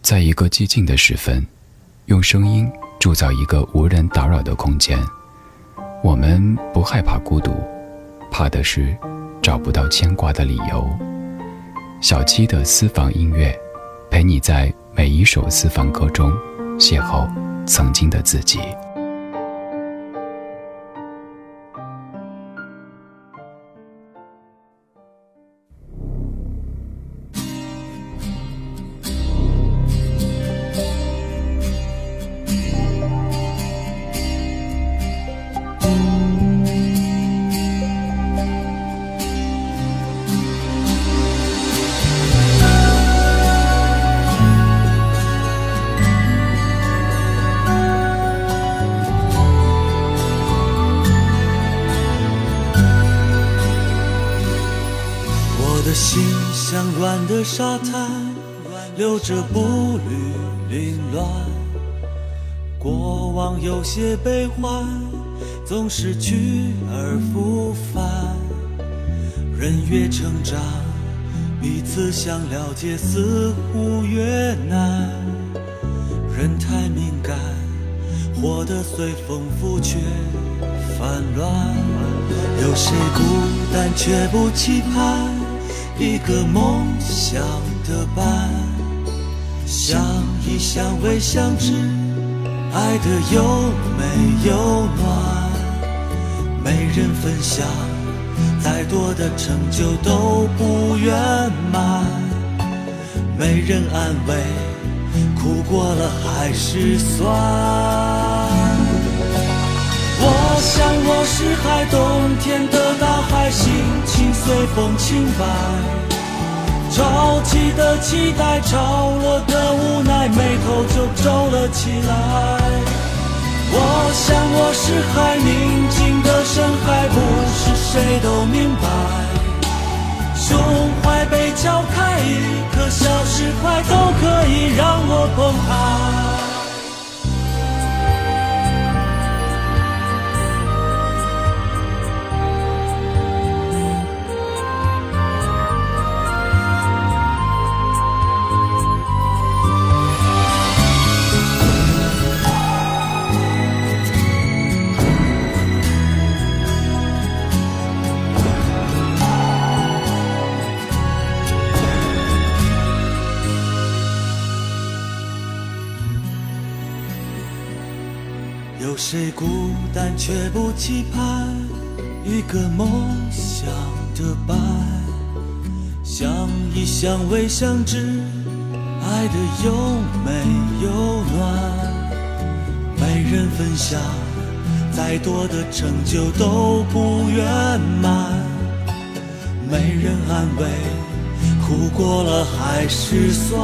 在一个寂静的时分，用声音铸造一个无人打扰的空间。我们不害怕孤独，怕的是找不到牵挂的理由。小七的私房音乐，陪你在每一首私房歌中邂逅曾经的自己。 心像软的沙滩，留着步履凌乱。过往有些悲欢，总是去而复返。人越成长，彼此想了解似乎越难。人太敏感，活得随风拂却烦乱。有谁孤单却不期盼一个梦想的伴，相依相偎相知，爱得又美又暖。没人分享，再多的成就都不圆满。没人安慰，哭过了还是酸。我想我是海，冬天的大海，心情随风轻摆。潮起的期待，潮落的无奈，眉头就皱了起来。我想我是海，宁静的深海，不是谁都明白。胸怀被敲开，一颗小石块都可以让我澎湃。有谁孤单却不期盼一个梦想的伴，相依相偎相知，爱得又美又暖。没人分享，再多的成就都不圆满。没人安慰，哭过了还是酸。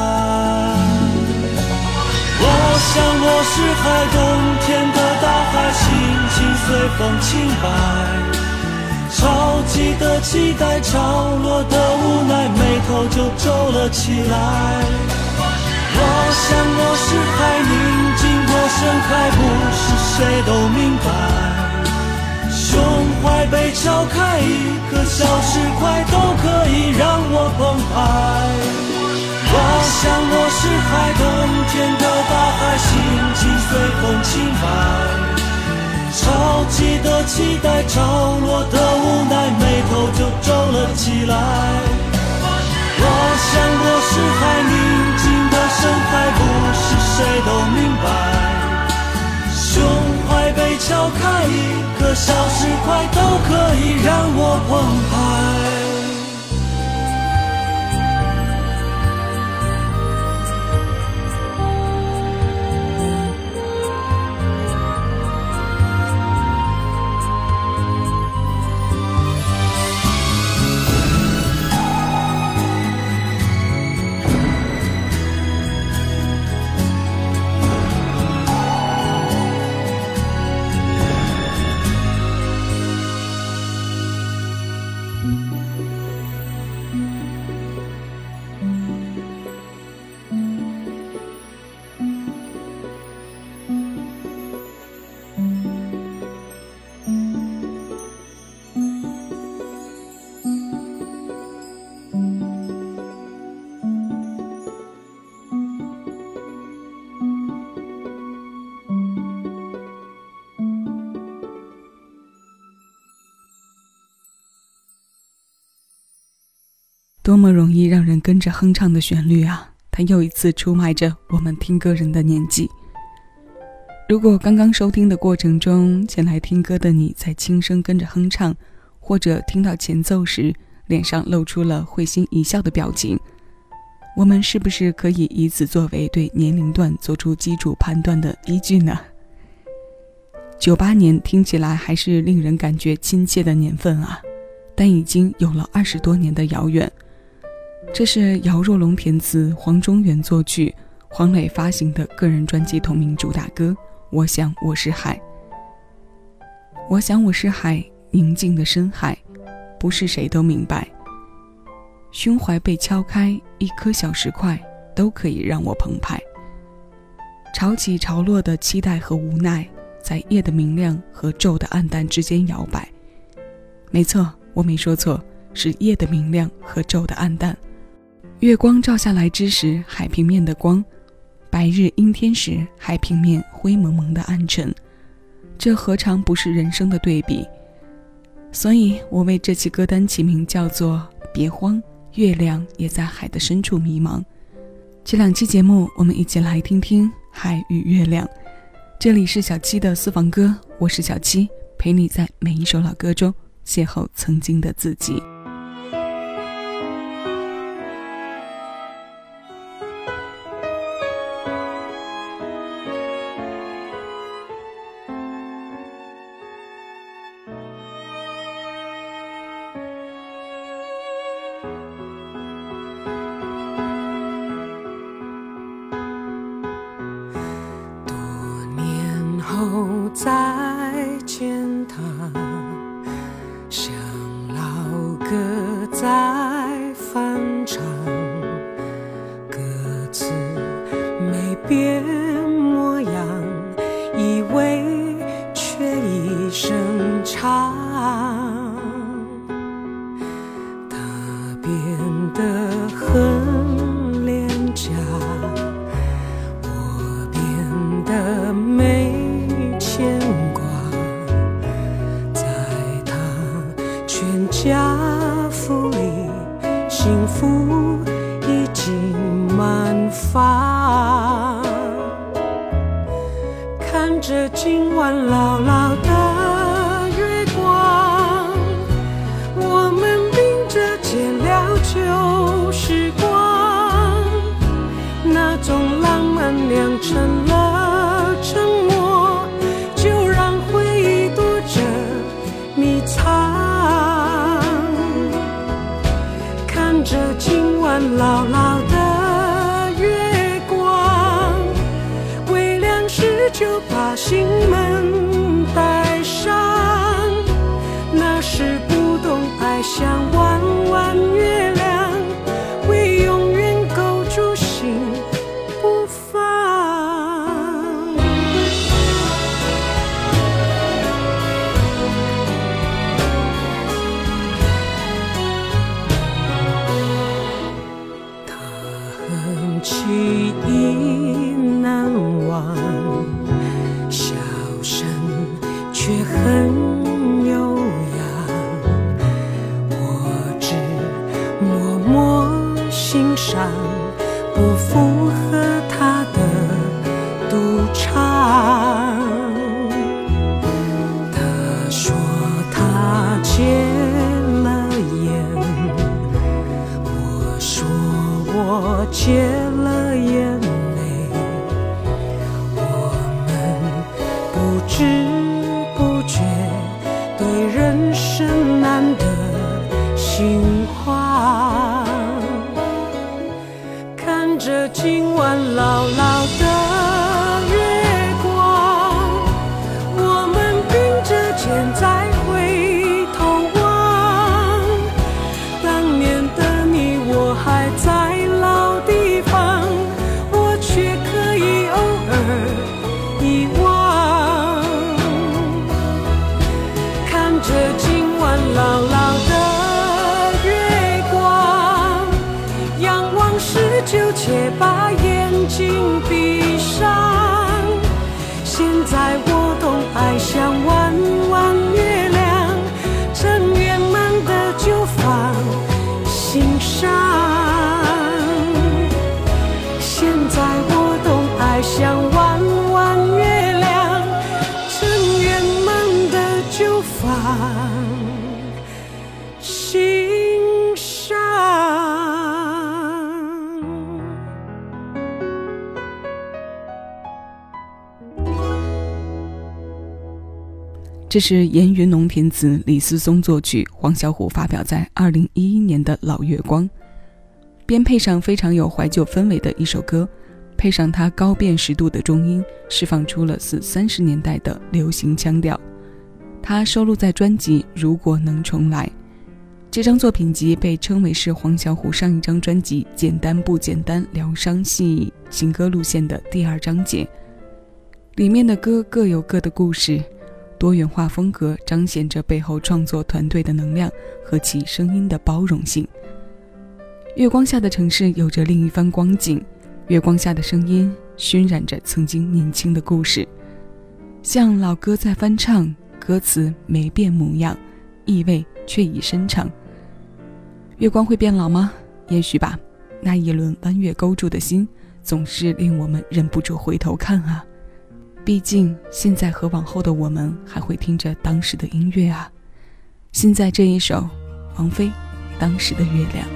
我想我是海，冬天的大海，心情随风轻摆。潮起的期待，潮落的无奈，眉头就皱了起来。我想我是海，宁静的深海，不是谁都明白。胸怀被敲开，一颗小石块都可以让我澎湃。我想我是海，冬天的大海，心情随风轻摆。潮起的期待，潮落的无奈，眉头就皱了起来。我想我是海，宁静的深海，不是谁都明白。胸怀被敲开，一颗小石块都可以让我澎湃。 多么容易让人跟着哼唱的旋律啊，它又一次出卖着我们听歌人的年纪。如果刚刚收听的过程中，前来听歌的你在轻声跟着哼唱，或者听到前奏时脸上露出了会心一笑的表情，我们是不是可以以此作为对年龄段做出基础判断的依据呢？98年听起来还是令人感觉亲切的年份啊，但已经有了20多年的遥远。这是姚若龙填词，黄中原作曲，黄磊发行的个人专辑同名主打歌《我想我是海》。我想我是海，宁静的深海，不是谁都明白。胸怀被敲开，一颗小石块都可以让我澎湃。潮起潮落的期待和无奈，在夜的明亮和昼的暗淡之间摇摆。没错，我没说错，是夜的明亮和昼的暗淡。月光照下来之时，海平面的光；白日阴天时，海平面灰蒙蒙的暗沉。这何尝不是人生的对比？所以我为这期歌单起名叫做别慌，月亮也在海的深处迷茫。这2期节目我们一起来听听海与月亮。这里是小七的私房歌，我是小七，陪你在每一首老歌中邂逅曾经的自己。 再见他，像老歌在翻唱，歌词没变模样，以为却一声长。他变得很廉价，我变得没牵挂，在他全家福里，幸福已经满发。看着今晚牢牢的月光，我们并着减了旧时光，那种浪漫酿成了沉默，就让回忆躲着迷藏。看着今晚牢牢的月光，微亮时就把心门带上，那时不懂爱像弯弯月亮，会永远勾住心不放。他很奇异难忘，笑声却很悠扬，我只默默欣赏，不符合他的赌场。他说他戒了烟，我说我戒了眼泪，我们不知不觉对人生难得心话。看着今晚牢牢的月光，我们并着肩再回头望，当年的你我还在老地方，我却可以偶尔遗忘。看着今晚牢牢的月光，仰望时就且把眼睛闭上。现在我懂爱像弯弯月亮，真圆满的就放心上。 这是严云农填词，李思松作曲，黄小琥发表在2011年的《老月光》，编配上非常有怀旧氛围的一首歌，配上它高辨识度的中音，释放出了30年代的流行腔调。它收录在专辑《如果能重来》。这张作品集被称为是黄小琥上一张专辑《简单不简单疗伤系情歌路线》的第2章节，里面的歌各有各的故事，多元化风格彰显着背后创作团队的能量和其声音的包容性。月光下的城市有着另一番光景，月光下的声音熏染着曾经年轻的故事，像老歌在翻唱，歌词没变模样，意味却已深长。月光会变老吗？也许吧，那一轮弯月勾住的心，总是令我们忍不住回头看啊。毕竟现在和往后的我们还会听着当时的音乐啊。现在这一首王菲《当时的月亮》。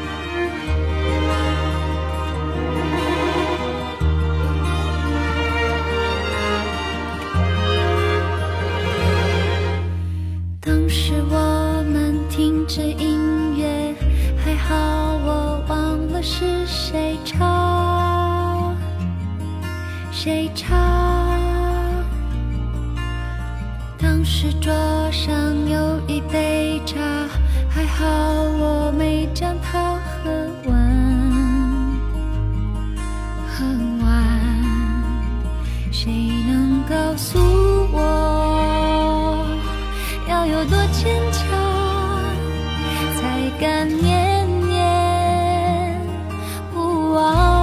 当时我们听着音乐，还好我忘了是谁唱，谁唱。当时桌上有一杯茶，还好我没将它喝完，喝完。谁能告诉我要有多坚强，才敢念念不忘？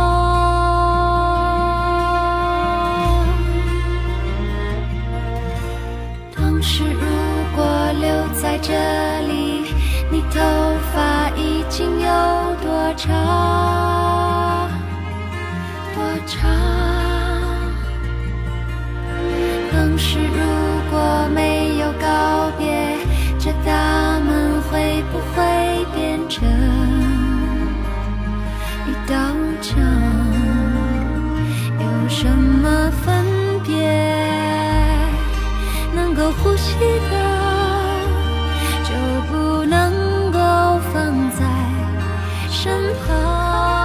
当时如果留在这里，你头发已经有多长多长？当时如果没有告别，这大门会不会变成一道墙？有什么分别？能够呼吸的就不能够放在身旁。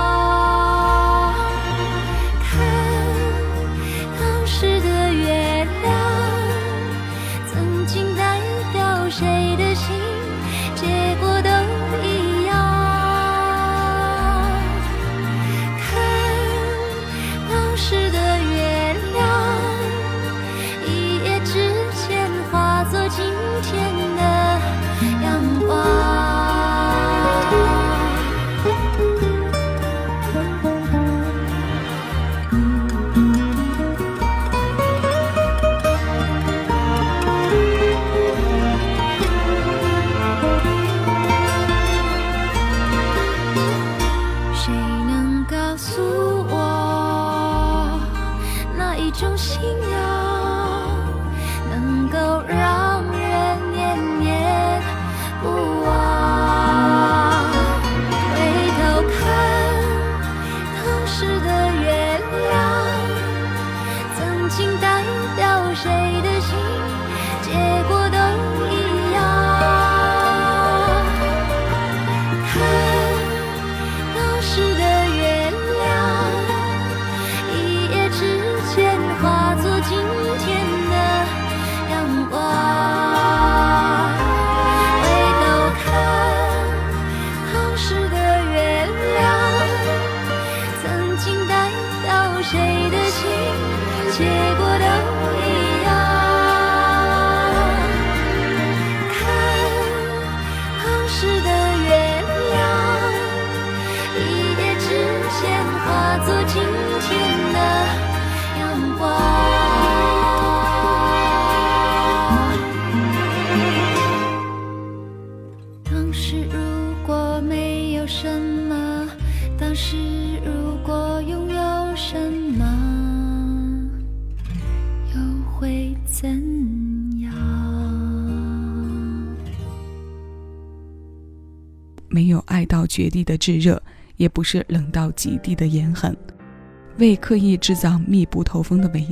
没有爱到绝地的炙热，也不是冷到极地的严寒。为刻意制造密不透风的围挡，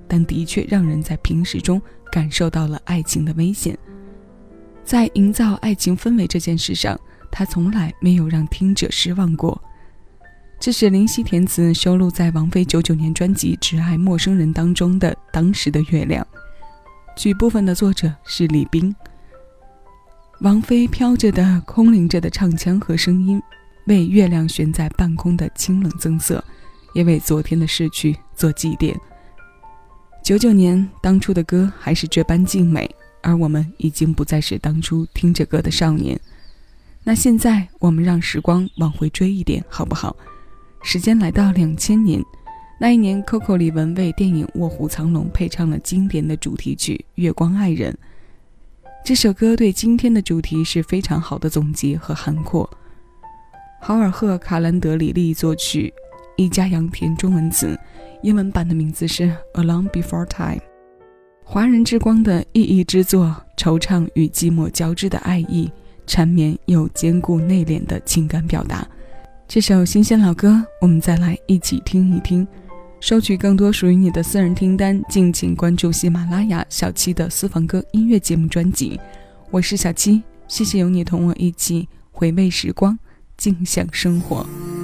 但的确让人在平时中感受到了爱情的危险。在营造爱情氛围这件事上，他从来没有让听者失望过。这是林夕填词，收录在王菲99年专辑《只爱陌生人》当中的《当时的月亮》，曲部分的作者是李冰。王菲飘着的空灵着的唱腔和声音，为月亮悬在半空的清冷增色，也为昨天的逝去做祭奠。99年当初的歌还是这般静美，而我们已经不再是当初听着歌的少年。那现在我们让时光往回追一点好不好？时间来到2000年，那一年 Coco 李玟为电影《卧虎藏龙》配唱了经典的主题曲《月光爱人》。这首歌对今天的主题是非常好的总结和涵括。豪尔赫·卡兰德里利作曲，易家扬填中文词，英文版的名字是 A Long Before Time。 华人之光的意义之作，惆怅与寂寞交织的爱意，缠绵又坚固内敛的情感表达。这首新鲜老歌，我们再来一起听一听。收取更多属于你的私人听单，敬请关注喜马拉雅小七的私房歌音乐节目专辑。我是小七，谢谢有你同我一起回味时光，静享生活。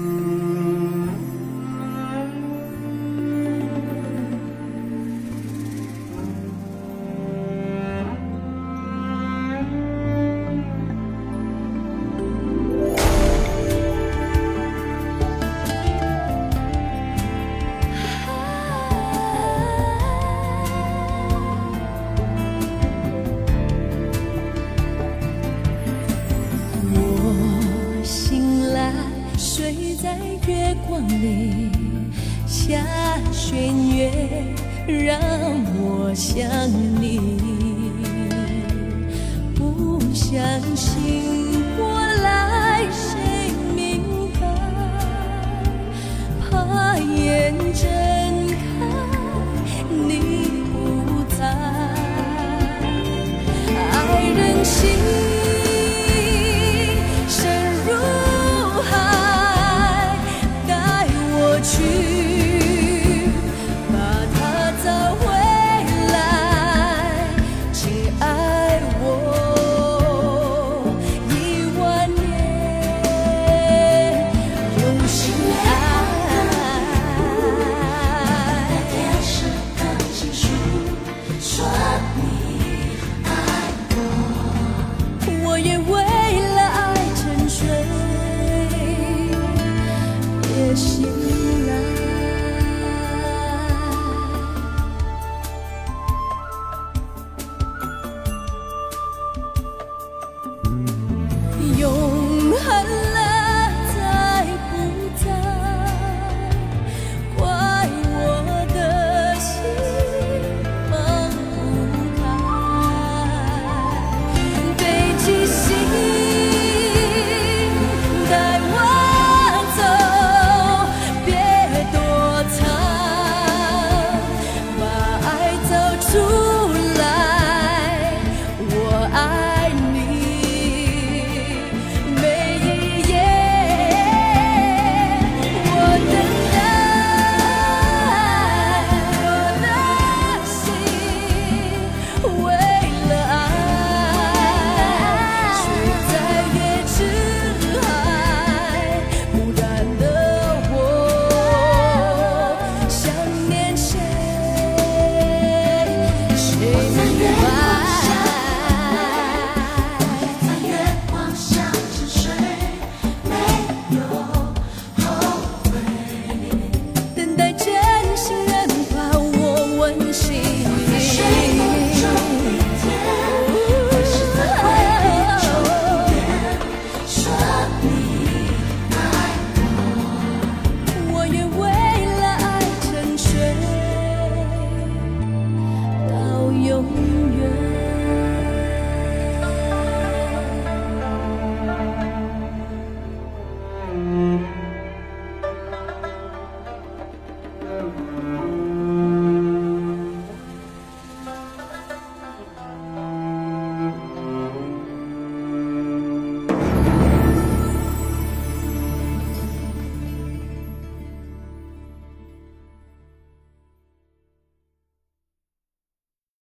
睡在月光里，下弦月让我想你，不相信